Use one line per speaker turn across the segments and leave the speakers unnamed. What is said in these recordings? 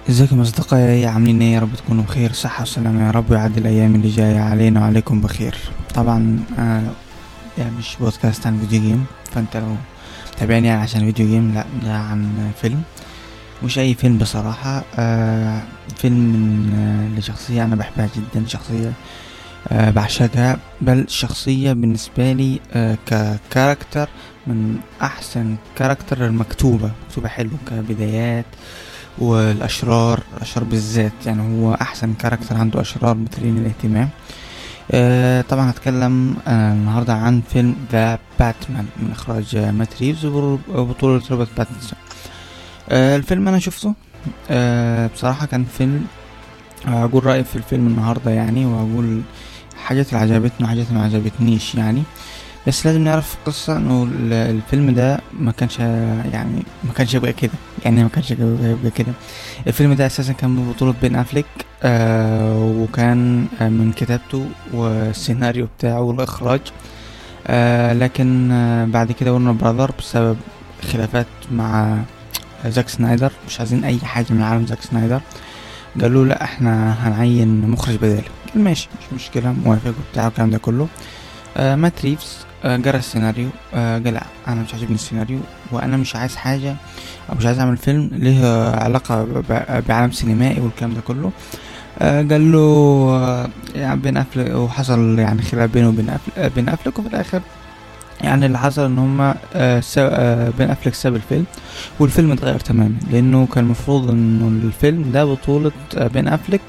ازيكم اصدقائي، عاملين ايه؟ يا رب تكونوا بخير، صحة وسلامة يا رب، ويعدي الايام اللي جاية علينا وعليكم بخير. طبعا يعني مش بودكاست عن فيديو جيم، فانت لو تابعني يعني عشان فيديو جيم، لا، ده عن فيلم. مش اي فيلم بصراحة. فيلم من لشخصية انا بحبها جدا، شخصية بعشقها، بل شخصية بالنسبة لي ككاركتر من احسن كاركتر المكتوبة، مكتوبة حلو كبدايات. الاشرار بالذات، يعني هو احسن كاركتر عنده اشرار مثيرين الاهتمام. طبعا هتكلم النهارده عن فيلم ذا باتمان من اخراج مات ريفز وبطولة روبرت باتنسون. الفيلم انا شفته. بصراحة كان فيلم. هقول رأيي في الفيلم النهارده يعني، وهقول حاجات اللي عجبتني وحاجات اللي ما عجبتنيش يعني. بس لازم نعرف القصة انه الفيلم ده ما كانش يبقى كده، يعني ما كانش يبقى كده. الفيلم ده اساسا كان من بطولة بين افليك، وكان من كتابته والسيناريو بتاعه والاخراج. لكن بعد كده ورنر براذر بسبب خلافات مع زاك سنايدر، مش عايزين اي حاجة من عالم زاك سنايدر. قالوا لا، احنا هنعين مخرج بداله. قال ماشي، مش مشكلة، موافق وبتاع الكلام ده كله. مات ريفز قرا السيناريو، قال لا، انا مش عاجبني السيناريو، وانا مش عايز حاجه، او مش عايز اعمل فيلم له علاقه بعالم سينمائي والكلام ده كله. قال له يعني بين افلك، وحصل يعني خلاف بينه وبين بين افلك، وفي الاخر يعني اللي حصل ان هما بين افلك ساب الفيلم، والفيلم اتغير تماما، لانه كان المفروض انه الفيلم ده بطوله بين افلك،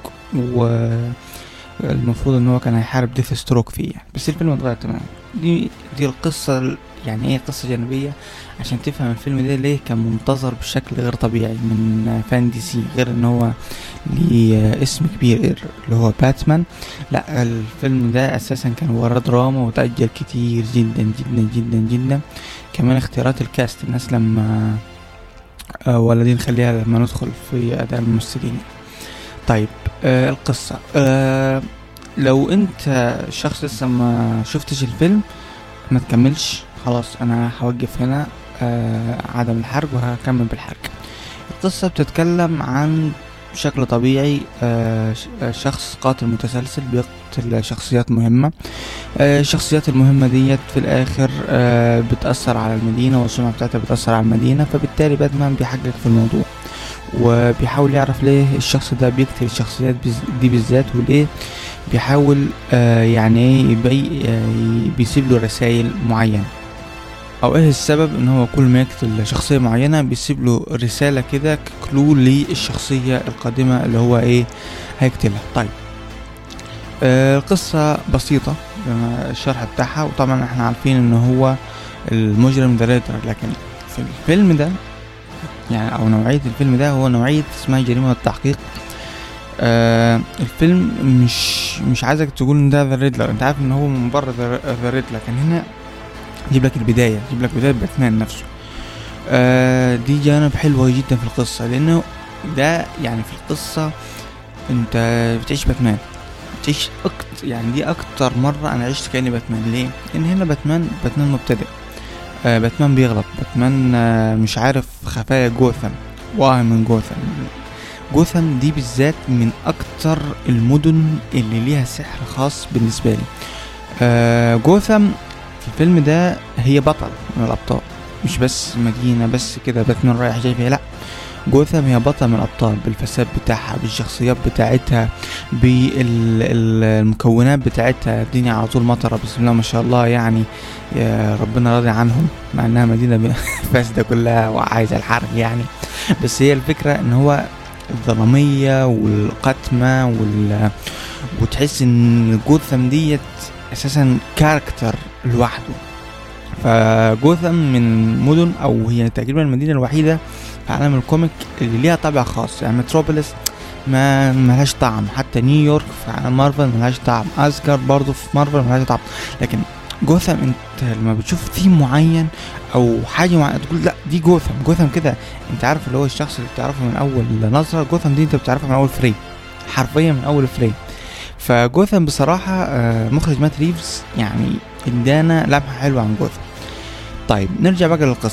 المفروض ان هو كان هيحارب ديث ستروك فيه يعني. بس الفيلم اتغير تماما. دي القصة، يعني ايه قصة جانبية عشان تفهم الفيلم ده ليه كان منتظر بشكل غير طبيعي من فان دي سي، غير ان هو ليه اسم كبير اللي هو باتمان. لا، الفيلم ده اساسا كان وراه دراما وتأجل كتير جدا جدا جدا جدا. كمان اختيارات الكاست، الناس لما ولا دي نخليها لما ندخل في اداء الممثلين. طيب، القصة، لو انت شخص لسه ما شفتش الفيلم ما تكملش خلاص، انا هوقف هنا عدم الحرق وهكمل بالحرق. القصة بتتكلم عن بشكل طبيعي شخص قاتل متسلسل بيقتل شخصيات مهمة. الشخصيات المهمة ديت في الاخر بتأثر على المدينة، والسمعة بتاعتها بتأثر على المدينة، فبالتالي باتمان بيحقق في الموضوع، وبيحاول يعرف ليه الشخص ده بيقتل الشخصيات دي بالذات، وليه بيحاول يعني ايه بيسيب له رسائل معينة، او ايه السبب ان هو كل ما يقتل شخصية معينة بيسيب له رسالة كده كلو للشخصية القادمة اللي هو ايه هيقتلها. طيب، القصة بسيطة الشرح بتاعها، وطبعا احنا عارفين ان هو المجرم ذا ريدر، لكن في الفيلم ده يعني، او نوعية الفيلم ده هو نوعية اسمها جريمة التحقيق. الفيلم مش عايزك تقول ان ده ذا ريدلر، انت عارف ان هو من بره ذا ريدلر، لكن هنا يجيب لك البداية، يجيب لك بداية باتمان نفسه. دي جانب حلوة جدا في القصة، لانه ده يعني في القصة انت بتعيش باتمان، بتعيش يعني دي اكتر مرة انا عشت كأني باتمان. ليه؟ لان هنا باتمان مبتدئ، باتمان بيغلط، باتمان مش عارف خفايا جوثام، واهم من جوثام دي بالذات من اكتر المدن اللي ليها سحر خاص بالنسبة لي. جوثام في الفيلم ده هي بطل من الابطال، مش بس مدينة بس كده باتمان رايح جاي فيها، لا، جوثام هي بطل من الابطال، بالفساد بتاعها، بالشخصيات بتاعتها، بالمكونات بتاعتها. الدنيا على طول مطرة، بسم الله ما شاء الله يعني، يا ربنا راضي عنهم، مع انها مدينة فاسدة كلها وعايزة الحرق يعني. بس هي الفكرة ان هو الظلامية والقتمة وتحس ان جوثام ديت اساسا كاركتر لوحده. فجوثام من المدن، او هي تقريبا المدينة الوحيدة في عالم الكوميك اللي ليها طابع خاص. يعني متروبوليس ما ملهاش طعم، حتى نيويورك في عالم مارفل ملهاش طعم، اسجارد برضو في مارفل ملهاش طعم، لكن جوثام انت لما بتشوف ثيم معين او حاجة معينة تقول لا، دي جوثام كده. انت عارف اللي هو الشخص اللي بتعرفه من اول نظرة، جوثام دي انت بتعرفها من اول فريم، حرفيا من اول فريم. فجوثام بصراحة مخرج مات ريفز يعني ادانا لمحة حلوة عن جوثام. طيب، نرجع بقى للقصة.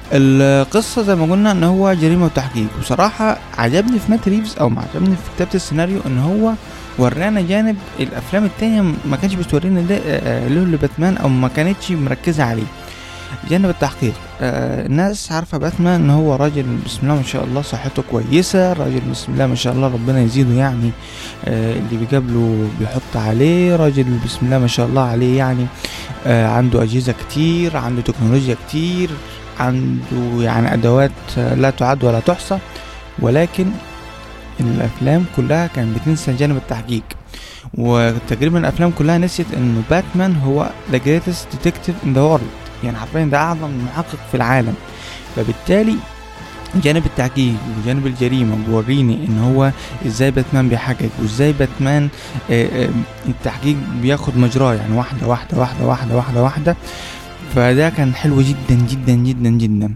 القصة زي ما قلنا ان هو جريمة وتحقيق. بصراحة عجبني في مات ريفز او ما عجبني في كتابة السيناريو ان هو ورانا جانب الافلام التانية ما كانش بتورينا ده له لباتمان او ما كانتش مركزة عليه، جانب التحقيق. الناس عارفة باتمان ان هو راجل بسم الله ما شاء الله صحته كويسة، راجل بسم الله ما شاء الله ربنا يزيده يعني، اللي بيقابله بيحط عليه، راجل بسم الله ما شاء الله عليه يعني، عنده اجهزة كتير، عنده تكنولوجيا كتير، عنده يعني ادوات لا تعد ولا تحصى. ولكن الافلام كلها كانت بتنسى جانب التحقيق، وتقريبا الافلام كلها نسيت انه باتمان هو the greatest detective in the world، يعني حرفيا ده اعظم محقق في العالم. فبالتالي جانب التحقيق وجانب الجريمة بوريني ان هو ازاي باتمان بيحقق، وازاي باتمان التحقيق بياخد مجراه، يعني واحدة واحدة واحدة واحدة واحدة واحدة. فده كان حلو جدا جدا جدا جدا.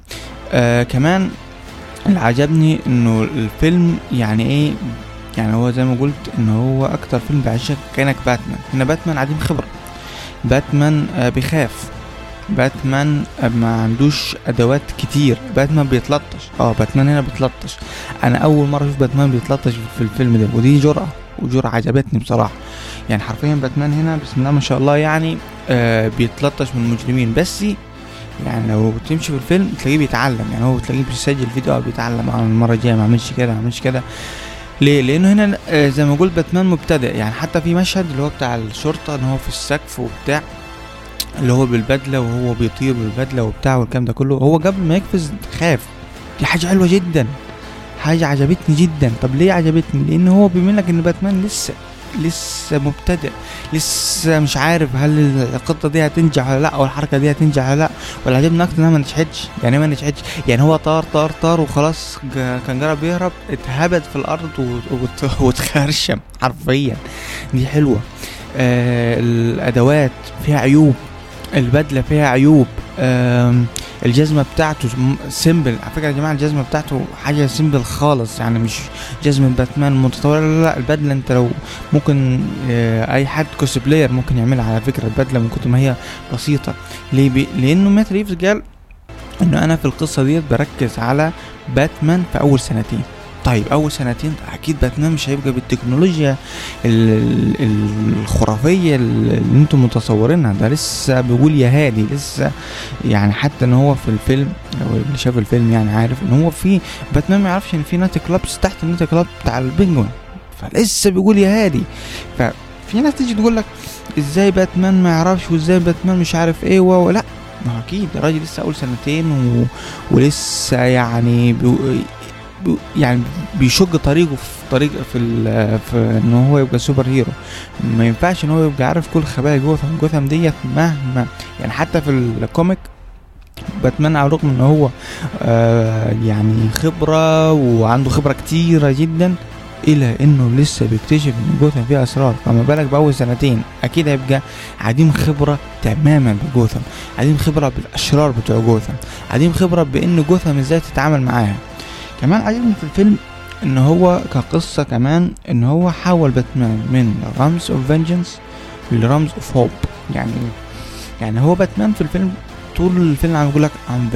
كمان اللي عجبني انه الفيلم يعني ايه، يعني هو زي ما قلت ان هو اكتر فيلم بعيشك كأنك باتمان. هنا باتمان عديم خبرة، باتمان بيخاف، باتمان ما عندوش ادوات كتير، باتمان بيتلطش. باتمان هنا بيتلطش. انا اول مرة اشوف باتمان بيتلطش في الفيلم ده، ودي جرأة عجبتني بصراحة. يعني حرفيا باتمان هنا بسم الله ما شاء الله يعني بيتلطش من المجرمين. بس يعني لو تمشي في الفيلم تلاقيه بيتعلم، يعني هو تلاقيه بيسجل فيديو بيتعلم المرة الجاية ما عملش كده ما عملش كده. ليه؟ لانه هنا زي ما قلت باتمان مبتدئ. يعني حتى في مشهد اللي هو بتاع الشرطة ان هو في السقف وبتاع، اللي هو بالبدلة وهو بيطير بالبدلة وبتاع والكلام ده كله، هو قبل ما يقفز خاف. دي حاجة حلوة جدا، حاجة عجبتني جدا. طب ليه عجبتني؟ لان هو بيقول لك ان باتمان لسه مبتدئ، لسه مش عارف هل الخطة دي هتنجح ولا لا، او الحركة دي هتنجح ولا لا. ولا عجبني اكتر انها ما نجحتش. يعني ما نجحتش، يعني هو طار وخلاص كان جرب يهرب، اتهبد في الارض واتخرشم حرفيا. دي حلوة. الادوات فيها عيوب، البدلة فيها عيوب، الجزمة بتاعته سيمبل. على فكرة يا جماعة الجزمة بتاعته حاجة سيمبل خالص، يعني مش جزمة باتمان متطورة، لا. البدلة انت لو ممكن اي حد كوسبلاير ممكن يعملها على فكرة البدلة من كتر ما هي بسيطة. ليه؟ لانه مات ريفز قال انه انا في القصة دي بركز على باتمان في اول سنتين. طيب اول سنتين اكيد باتمان مش هيبقى بالتكنولوجيا الخرافية اللي انتم متصورينها. ده لسه بيقول يا هادي، لسه يعني حتى ان هو في الفيلم، لو اللي شاف الفيلم يعني عارف ان هو في باتمان ما يعرفش ان في نايت كلابس تحت النايت كلاب بتاع البنجوين، فلسه بيقول يا هادي. ففي ناس تيجي تقول لك ازاي باتمان ما يعرفش، وازاي باتمان مش عارف ايه لا. ما اكيد الراجل لسه اول سنتين ولسه يعني يعني بيشق طريقه في ان هو يبقى سوبر هيرو. ما ينفعش ان هو يبقى عارف كل خبايا جوثام ديت مهما يعني. حتى في الكوميك باتمان على الرغم ان هو يعني خبرة وعنده خبرة كتيرة جدا، الى انه لسه بيكتشف ان جوثام فيها اسرار. فما بالك باول سنتين اكيد هيبقى عديم خبرة تماما بجوثام، عديم خبرة بالاشرار بتوع جوثام، عديم خبرة بان جوثام ازاي تتعامل معاها. كمان عجبني في الفيلم ان هو كقصة كمان ان هو حول باتمان من رمز اوف فينجنس لرمز اوف هوب. يعني هو باتمان في الفيلم طول الفيلم عم يقول لك I'm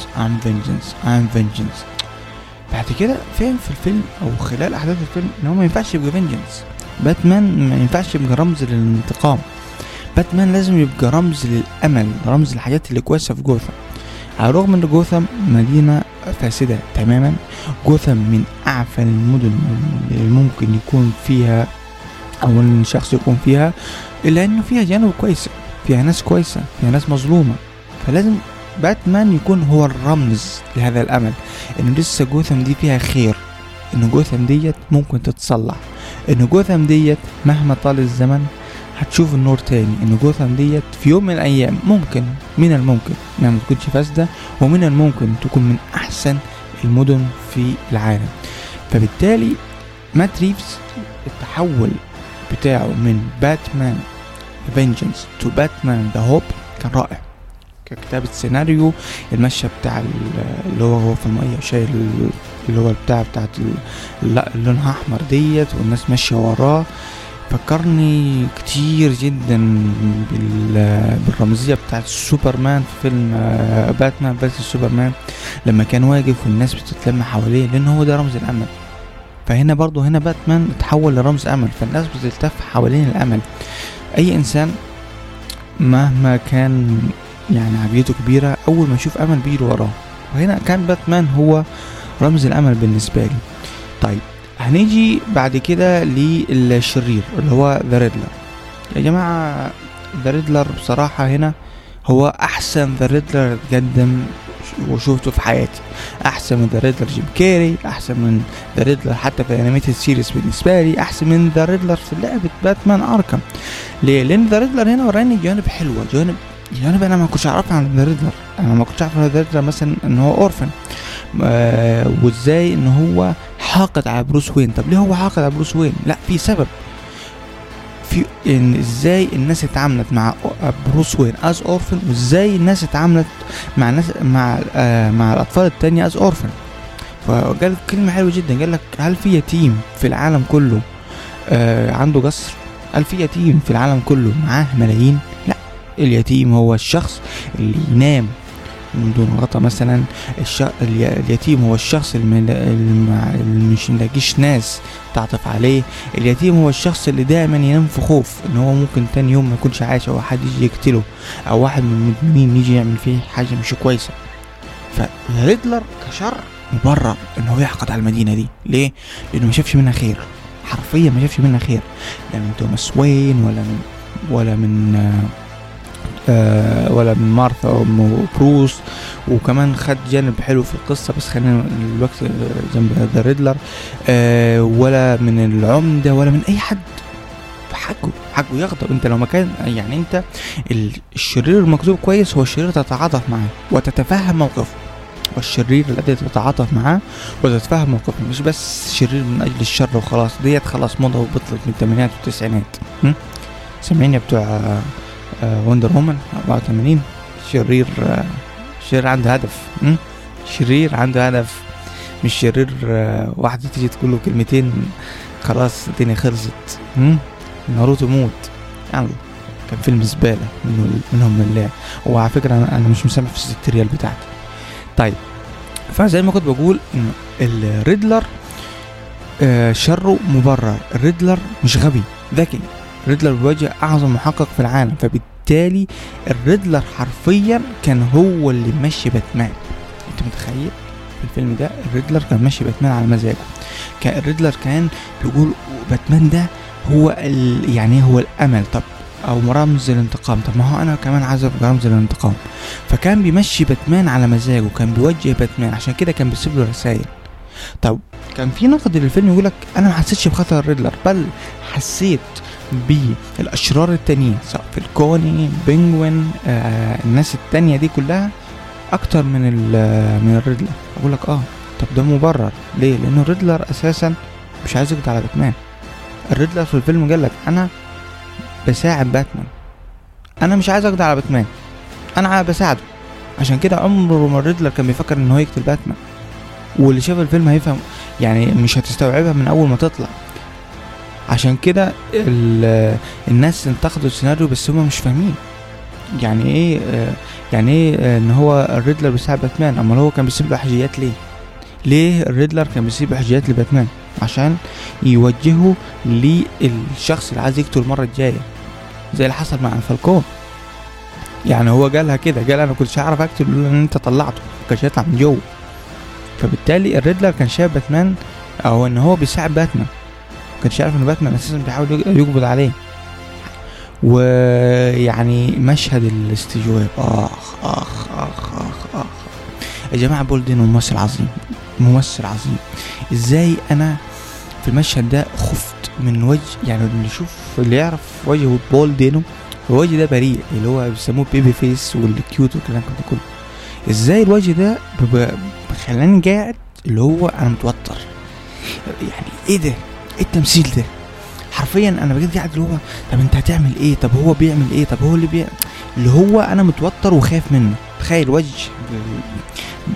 vengeance. بعد كده فهم في الفيلم او خلال احداث الفيلم ان هو ما ينفعش يبقى فينجنس. باتمان ما ينفعش يبقى رمز للانتقام. باتمان لازم يبقى رمز للامل، رمز للحاجات اللي كويسة في جوثام. على الرغم ان جوثام مدينة فاسدة تماما، جوثام من اعفن المدن اللي ممكن يكون فيها او ان الشخص يكون فيها، الا انه فيها جانب كويسة، فيها ناس كويسة، فيها ناس مظلومة. فلازم باتمان يكون هو الرمز لهذا الامل، ان لسه جوثام دي فيها خير، ان جوثام ديت ممكن تتصلح، ان جوثام ديت مهما طال الزمن هتشوف النور تاني، ان جوثام ديت في يوم من الايام ممكن من الممكن انها ما تكونش فاسدة، ومن الممكن تكون من احسن المدن في العالم. فبالتالي مات ريفز التحول بتاعه من باتمان فينجنس تو باتمان ذا هوب كان رائع ككتابة سيناريو. المشهد بتاع اللي هو في المية شايل اللي هو بتاعت لونها احمر ديت والناس ماشية وراه، فكرني كتير جدا بالرمزية بتاعت سوبرمان في فيلم باتمان فيرسس سوبرمان، لما كان واقف والناس بتتلم حواليه، لان هو ده رمز الامل. فهنا برضو هنا باتمان اتحول لرمز امل، فالناس بتلتف حوالين الامل. اي انسان مهما كان يعني عقليته كبيرة، اول ما يشوف امل بيجري وراه، وهنا كان باتمان هو رمز الامل بالنسبة لي. طيب هنيجي بعد كده للشرير اللي هو ذا ريدلر. يا جماعة ذا ريدلر بصراحة هنا هو احسن ذا ريدلر اتقدم وشوفته في حياتي، احسن من ذا ريدلر جيم كاري، احسن من ذا ريدلر حتى في انيميتد سيريز بالنسبة لي، احسن من ذا ريدلر في لعبة باتمان اركم. ليه؟ لان ذا ريدلر هنا وراني جوانب حلوة، جوانب انا ما كنتش اعرفها عن ذا ريدلر. انا ما كنتش اعرف عن ذا ريدلر مثلا ان هو اورفن، وازاي ان هو حاقد على بروس وين. طب ليه هو حاقد على بروس وين؟ لا، في سبب، في ان ازاي الناس اتعاملت مع بروس وين از اورفن، وازاي الناس اتعاملت مع الناس مع الاطفال التانية از اورفن. فقال كلمة حلوة جدا، قال لك هل في يتيم في العالم كله عنده قصر؟ هل في يتيم في العالم كله معاه ملايين؟ لا، اليتيم هو الشخص اللي ينام من دون غطا مثلا. اليتيم هو الشخص اللي مش ملاقيش ناس تعطف عليه. اليتيم هو الشخص اللي دائما ينام في خوف ان هو ممكن تاني يوم ما يكونش عايش، او حد يجي يقتله، او واحد من المدمنين يجي يعمل فيه حاجة مش كويسة. فريدلر كشر مبرر ان هو يحقد على المدينة دي. ليه؟ لانه ما شافش منها خير، حرفيا ما شافش منها خير، لا من توماس وين ولا من مارثا وبروس. وكمان خد جانب حلو في القصة، بس خلينا الوقت جنب ذا ريدلر، ولا من العمدة ولا من اي حد. حقه يغضب. انت لو مكان يعني انت الشرير المكتوب كويس هو الشرير تتعاطف معاه وتتفهم موقفه، والشرير الذي تتعاطف معاه وتتفهم موقفه، مش بس شرير من اجل الشر وخلاص. ديت خلاص موضة وبطلت من الثمانينات والتسعينات. سامعين يا بتوع وندر وومن 84؟ شرير عنده هدف. شرير عنده هدف، مش شرير واحدة تيجي تقول له كلمتين خلاص الدنيا خلصت. ناروتو موت يعني كان فيلم زبالة منهم لله. وعلى فكرة انا مش مسامح في السيكتريال بتاعتي. طيب فزي ما كنت بقول ان الريدلر شره مبرر، الريدلر مش غبي، ذكي. الريدلر بيواجه اعظم محقق في العالم، فبالتالي الريدلر حرفيا كان هو اللي ماشي باتمان. انت متخيل في الفيلم ده الريدلر كان ماشي باتمان على مزاجه؟ كان الريدلر كان بيقول باتمان ده هو يعني هو الامل، طب او رمز الانتقام، طب ما هو انا كمان عايز ابقى رمز الانتقام. فكان بيمشي باتمان على مزاجه، كان بيوجه باتمان، عشان كده كان بيسيب له رسائل. طب كان في نقد للفيلم يقولك انا ما حسيتش بخطر الريدلر، بل حسيت بالاشرار التانيين، سواء في الكوني بينجوين الناس التانية دي كلها اكتر من الريدلر. اقولك طب ده مبرر ليه؟ لانه الريدلر اساسا مش عايز يقضي على باتمان. الريدلر في الفيلم قالك انا بساعد باتمان، انا مش عايز اقضي على باتمان، انا بساعده. عشان كده عمره ما الريدلر كان بيفكر ان هو يقتل باتمان. واللي شاف الفيلم هيفهم، يعني مش هتستوعبها من اول ما تطلع. عشان كده الناس انتقدوا السيناريو، بس هم مش فاهمين يعني ايه ان هو الريدلر بيساعد باتمان. اما هو كان بيسيب له حاجيات ليه الريدلر كان بيسيب حاجيات لباتمان؟ عشان يوجهه للشخص اللي عايز يقتل المره الجايه، زي اللي حصل مع فالكون. يعني هو قالها كده، قال انا كنتش هعرف اقتل لولا ان انت طلعته، كانش هيطلع من جوه. فبالتالي الريدلر كان شايف باتمان او ان هو بيساعد باتمان، كانش يعرف ان باتمان اساسا بيحاول يقبض عليه. ويعني مشهد الاستجواب اخ يا جماعه، بول دينو ممثل عظيم. ازاي انا في المشهد ده خفت من وجه، يعني اللي يعرف وجه بول دينو، الوجه ده بريء اللي هو بيسموه بيبي فيس والكيوت والكلام ده كله. ازاي الوجه ده خلاني قاعد اللي هو انا متوتر، يعني ايه ده، ايه التمثيل ده؟ حرفيا انا بجد قاعد اللي هو طب انت هتعمل ايه، طب هو بيعمل ايه، طب هو اللي هو انا متوتر وخايف منه. تخيل وجه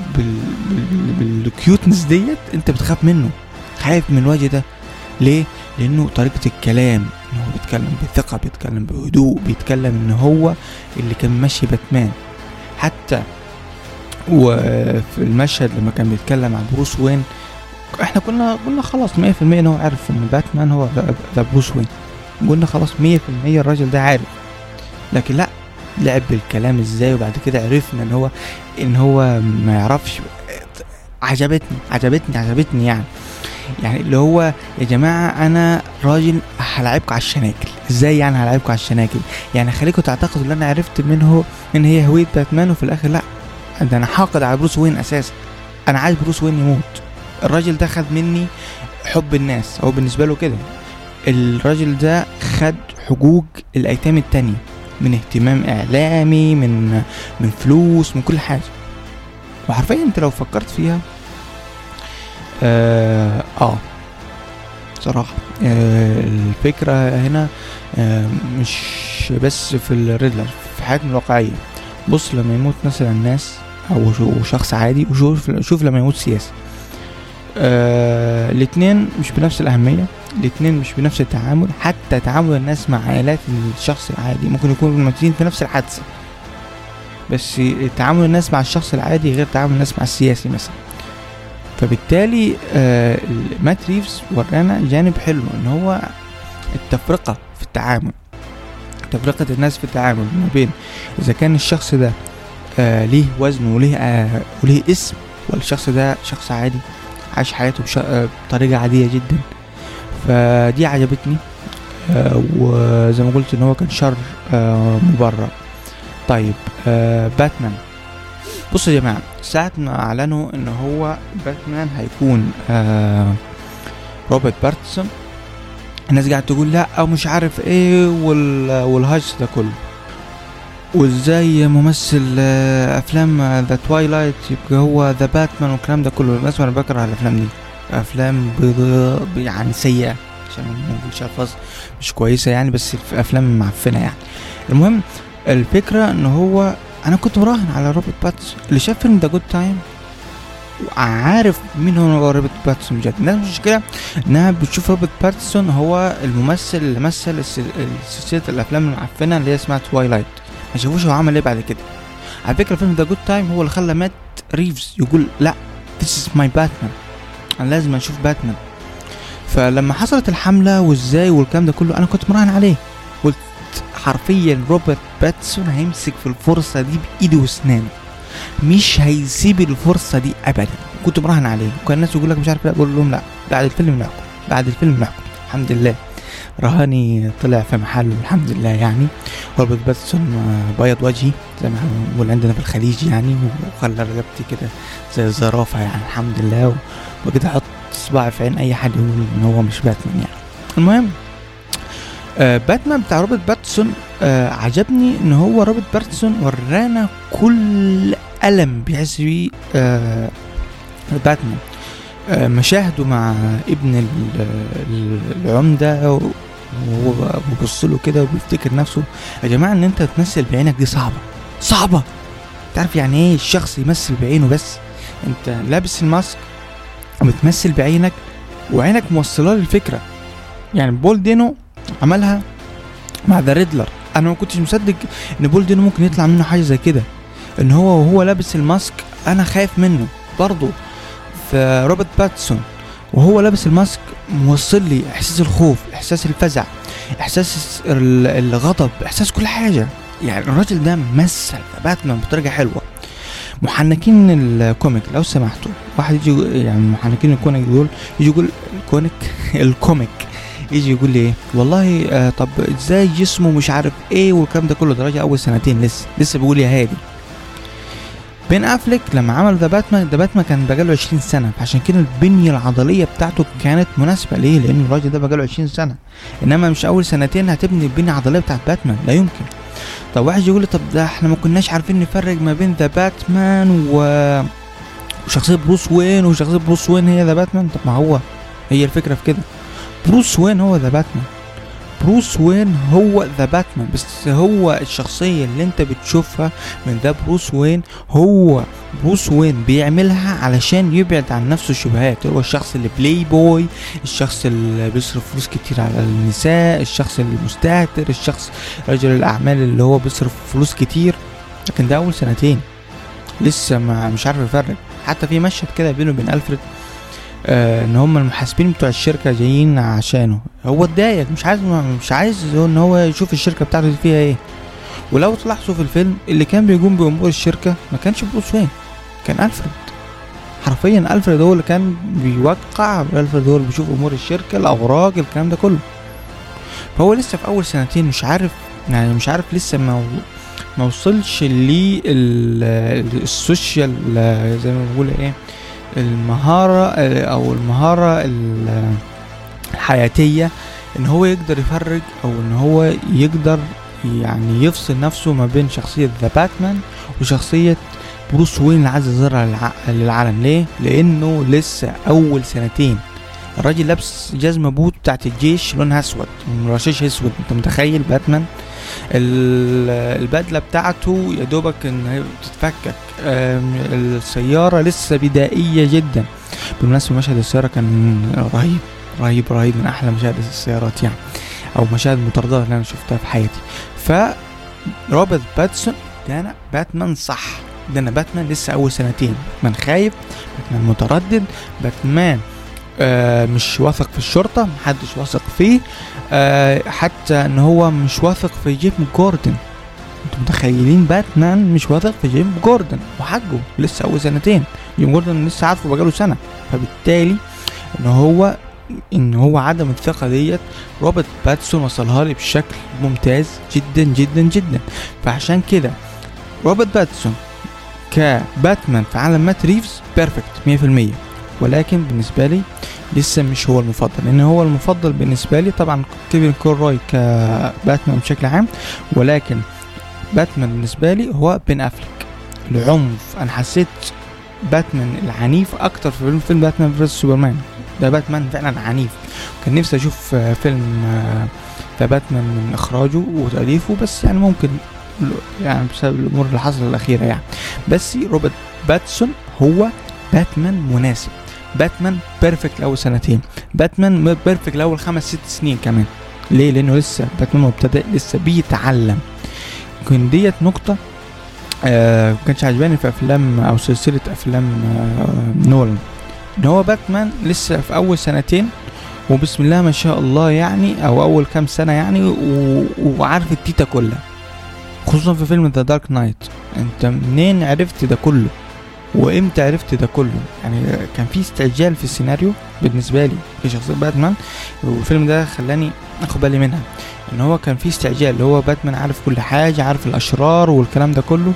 بالكيوتنس ديت انت بتخاف منه، خايف من الوجه ده. ليه؟ لانه طريقة الكلام، ان هو بيتكلم بثقة، بيتكلم بهدوء، بيتكلم ان هو اللي كان ماشي باتمان. حتى وفي المشهد لما كان بيتكلم عن بروس وين، احنا قلنا خلاص 100% ان هو عارف ان باتمان هو ذا بروس وين، قلنا خلاص 100% الراجل ده عارف. لكن لا، لعب بالكلام ازاي، وبعد كده عرفنا ان هو ما يعرفش. عجبتني يعني اللي هو يا جماعة انا راجل هلعبكم على الشناكل. ازاي يعني هلعبكم على الشناكل؟ يعني خليكم تعتقدوا ان انا عرفت منه ان هي هوية باتمان، وفي الاخر لا، ده انا حاقد على بروس وين اساسا. انا عايز بروس وين يموت. الراجل ده خد مني حب الناس، هو بالنسبة له كده. الراجل ده خد حقوق الايتام التانية، من اهتمام اعلامي، من فلوس، من كل حاجة. وحرفيا انت لو فكرت فيها صراحة الفكرة هنا مش بس في الريدلر، في حياتنا الواقعية. بص لما يموت مثلا ناس او شخص عادي، وشوف لما يموت سياسي، الاتنين مش بنفس الأهمية، الاتنين مش بنفس التعامل. حتى تعامل الناس مع عائلات الشخص العادي ممكن يكونوا ممثلين في نفس الحادثة، بس تعامل الناس مع الشخص العادي غير تعامل الناس مع السياسي مثلا. فبالتالي مات ريفز ورانا جانب حلو، ان هو التفرقة في التعامل، تفرقة الناس في التعامل ما بين اذا كان الشخص ده ليه وزن وليه اسم، ولا الشخص ده شخص عادي عايش حياته بطريقة عادية جدا. فدي عجبتني، وزي ما قلت ان هو كان شر مبرر. طيب باتمان، بصوا يا جماعة، ساعة ما اعلنوا ان هو باتمان هيكون روبرت باتسون، الناس قاعدة تقول لا او مش عارف ايه والهجس ده كله، وازاي ممثل افلام ذا توايلايت يبقى هو ذا باتمان والكلام ده كله. الناس انا بكره الافلام دي، افلام يعني سيئة، عشان ما نقولش الفاظ مش كويسة يعني، بس في افلام معفنة يعني. المهم الفكرة ان هو انا كنت مراهن على روبرت باتسون. اللي شاف فيلم ذا جود تايم وعارف مين هو روبرت باتسون بجد. الناس مش كده انها بتشوف روبرت باتسون هو الممثل اللي مثل سلسلة الافلام المعفنة اللي هي اسمها توايلايت، ما شافوش هو عمل ايه بعد كده. على فكرة فيلم ذا جود تايم هو اللي خلى مات ريفز يقول لا this is my Batman، انا لازم اشوف باتمان. فلما حصلت الحملة وازاي والكلام ده كله، انا كنت مراهن عليه، قلت حرفيا روبرت باتسون هيمسك في الفرصة دي بايده واسنانه، مش هيسيب الفرصة دي ابدا. كنت مراهن عليه، وكان الناس يقول لك مش عارف، لا اقول لهم لا، بعد الفيلم نحكم. الحمد لله رهاني طلع في محله الحمد لله يعني. روبرت باتسون بيض وجهي زي ما بنقول عندنا في الخليج يعني، وخلى رقبتي كده زي الزرافة يعني الحمد لله، وكده احط صباعي في عين اي حد يقول ان هو مش باتمان يعني. المهم باتمان بتاع روبرت باتسون عجبني ان هو روبرت باتسون ورانا كل ألم بيحس بيه باتمان. مشاهده مع ابن العمدة وهو بيبصله كده وبيفتكر نفسه. يا جماعة ان انت تمثل بعينك دي صعبة. تعرف يعني ايه الشخص يمثل بعينه؟ بس انت لابس الماسك وبتمثل بعينك، وعينك موصله للفكرة. يعني بول دينو عملها مع ذا ريدلر، انا ما كنتش مصدق ان بول دينو ممكن يطلع منه حاجة زي كده، ان هو وهو لابس الماسك انا خايف منه. برضو في روبرت باتسون وهو لابس الماسك موصل لي احساس الخوف، احساس الفزع، احساس الغضب، احساس كل حاجة. يعني الراجل ده مثل باتمان بطريقة حلوة. محنكين الكوميك لو سمحتوا، واحد يجي يعني محنكين الكوميك دول يجي يقول الكوميك يجي يقول لي ايه والله طب ازاي جسمه مش عارف ايه والكلام ده كله. درجة اول سنتين لسه بيقول يا هادي. بين افليك لما عمل ذا باتمان كان بقاله 20 سنة، فعشان كده البنية العضلية بتاعته كانت مناسبة ليه، لان الراجل ده بقاله 20 سنة. انما مش اول سنتين هتبني البنية العضلية بتاعت باتمان، لا يمكن. طب واحد يقول لي طب ده احنا ما كناش عارفين نفرق ما بين ذا باتمان وشخصية بروس وين، وشخصية بروس وين هي ذا باتمان. طب ما هي الفكرة في كده، بروس وين هو ذا باتمان، بروس وين هو ذا باتمان، بس هو الشخصية اللي انت بتشوفها من ذا بروس وين هو بروس وين بيعملها علشان يبعد عن نفسه الشبهات. هو الشخص اللي بلاي بوي، الشخص اللي بيصرف فلوس كتير على النساء، الشخص المستهتر، الشخص رجل الاعمال اللي هو بيصرف فلوس كتير. لكن ده اول سنتين لسه ما مش عارف يفرق. حتى في مشهد كده بينه وبين ألفريد ان هم المحاسبين بتوع الشركة جايين عشانه، هو اتضايق مش عايز ان هو يشوف الشركة بتاعته فيها ايه. ولو تلاحظوا في الفيلم اللي كان بيقوم بأمور الشركة ما كانش بروس وين، كان ألفريد. حرفيا ألفريد هو اللي كان بيوقع، ألفريد هو اللي بيشوف أمور الشركة، الأوراق، الكلام ده كله. فهو لسه في أول سنتين مش عارف لسه ما وصلش للسوشيال زي ما بقول ايه، المهارة او المهارة الحياتية، ان هو يقدر يفرق او ان هو يقدر يعني يفصل نفسه ما بين شخصية ذا باتمان وشخصية بروس وين اللي عايز يظهرها للعالم. ليه؟ لانه لسه اول سنتين. الراجل لابس جزمة بوت بتاعت الجيش لونها اسود، رشاش اسود. انت متخيل باتمان البدلة بتاعته يا دوبك ان هي بتتفكك. السيارة لسه بدائية جدا. بالمناسبة مشهد السيارة كان رهيب من احلى مشاهد السيارات يعني، او مشاهد مطاردات اللي انا شفتها في حياتي. فروبرت باتسون ده انا باتمان صح، ده انا باتمان لسه اول سنتين. باتمان خايف، باتمان متردد، باتمان مش واثق في الشرطة، محدش واثق فيه. حتى ان هو مش واثق في جيم جوردن. انتم متخيلين باتمان مش واثق في جيم جوردن وحقه لسه اول سنتين. جيم جوردن لسه عارفه بقاله سنة. فبالتالي ان هو عدم الثقة ديت روبرت باتسون وصلها لي بشكل ممتاز جدا جدا جدا. فعشان كده روبرت باتسون كباتمان في عالم مات ريفز بيرفكت 100%. ولكن بالنسبة لي لسه مش هو المفضل، لان هو المفضل بالنسبة لي طبعا كيفن كولروي كباتمان بشكل عام. ولكن باتمان بالنسبة لي هو بين أفليك. العنف، انا حسيت باتمان العنيف اكتر في فيلم باتمان فيرس سوبرمان. ده باتمان فعلا عنيف. كان نفسي اشوف فيلم باتمان من اخراجه وتأليفه، بس يعني ممكن يعني بسبب الامور اللي حصلت الاخيرة يعني. بس روبرت باتسون هو باتمان مناسب، باتمان بيرفكت لأول سنتين، باتمان بيرفكت لأول 5-6 سنين كمان. ليه؟ لأنه لسه باتمان مبتدئ، لسه بيتعلم. يمكن ديت نقطة كانش عجباني في أفلام أو سلسلة أفلام نولان، إن هو باتمان لسه في أول سنتين وبسم الله ما شاء الله يعني، أو أول كام سنة يعني، وعارف التيتا كلها. خصوصا في فيلم ذا دارك نايت، أنت منين عرفت ده كله؟ وامتى عرفت ده كله؟ يعني كان في استعجال في السيناريو بالنسبه لي في شخصيه باتمان، والفيلم ده خلاني اخد بالي منها، ان هو كان في استعجال، اللي هو باتمان عارف كل حاجه، عارف الاشرار والكلام ده كله.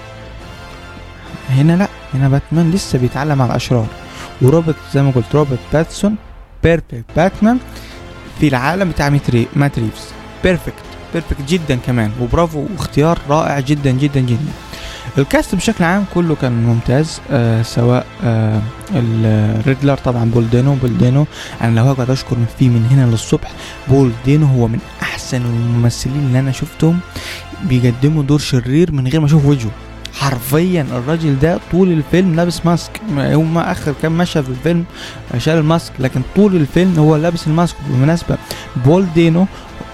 هنا لا، هنا باتمان لسه بيتعلم على الاشرار. وروبرت زي ما قلت، روبرت باتسون بيرفكت باتمان في العالم بتاع مات ريفز. بيرفكت جدا كمان، وبرافو، واختيار رائع جدا جدا جدا. الكاست بشكل عام كله كان ممتاز. سواء الريدلر طبعا بول دينو، انا لو هقعد اشكر فيه من هنا للصبح. بول دينو هو من احسن الممثلين اللي انا شفتهم بيقدموا دور شرير من غير ما اشوف وجهه. حرفيا الراجل ده طول الفيلم لابس ماسك، يوم ما اخر كام مشهد في الفيلم شال الماسك، لكن طول الفيلم هو لابس الماسك. بالمناسبة بول دينو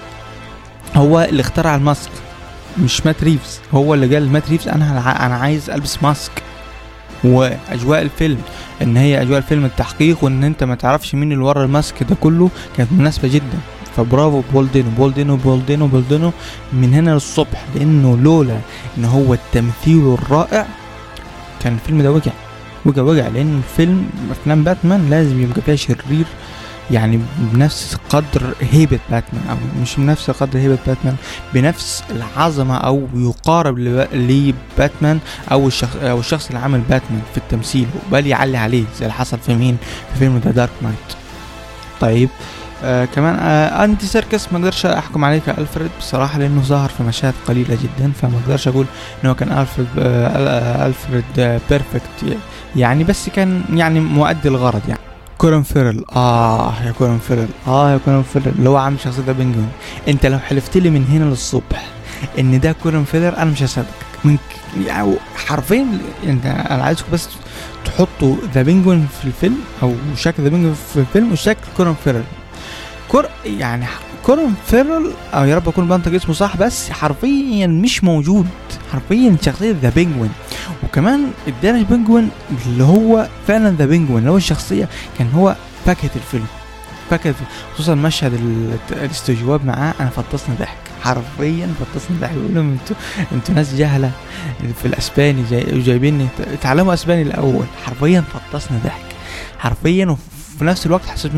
هو اللي اخترع الماسك، مش مات ريفز. هو اللي قال مات ريفز انا عايز البس ماسك. واجواء الفيلم ان هي اجواء الفيلم التحقيق، وان انت ما تعرفش مين اللي ورا الماسك ده كله، كانت مناسبة جدا. فبرافو بول دينو من هنا للصبح، لانه لولا ان هو التمثيل الرائع كان الفيلم ده وجع. لان الفيلم افلام باتمان لازم يبقى فيها شرير يعني بنفس قدر هيبة باتمان، او مش بنفس قدر هيبة باتمان، بنفس العظمة او يقارب لباتمان او الشخص اللي عمل باتمان في التمثيل، بل يعلي عليه زي اللي حصل في فيلم ذا دارك نايت. طيب كمان انتي سيركس ما اقدرش احكم عليه كالفريد بصراحة، لانه ظهر في مشاهد قليلة جدا، فما اقدرش اقول انه كان الفريد بيرفكت يعني، بس كان يعني مؤدي الغرض يعني. كولين فيرل. يا كولين فيرل، يا كولين فيرل اللي هو عامل شخصية ذا بينجوين. انت لو حلفت لي من هنا للصبح ان ده كولين فيرل انا مش هصدقك. يعني حرفيا انا عايزكم بس تحطوا ذا بينجوين في الفيلم او شكل ذا بينجوين في الفيلم وشكل كولين فيرل. يعني كولين فيرل، او يا رب اكون بنطق اسمه صح، بس حرفيا مش موجود، حرفيا شخصية ذا بينجوين. وكمان ادانا بينجوين اللي هو فعلا ذا بينجوين اللي هو الشخصية، كان هو فاكهة الفيلم، خصوصا مشهد الاستجواب معاه. انا فطسني ضحك، حرفيا فطسني ضحك. بيقولوا انتوا ناس جهلة في الاسباني جايبيني اتعلموا اسباني الاول. حرفيا فطسني ضحك حرفيا، وفي نفس الوقت حسيت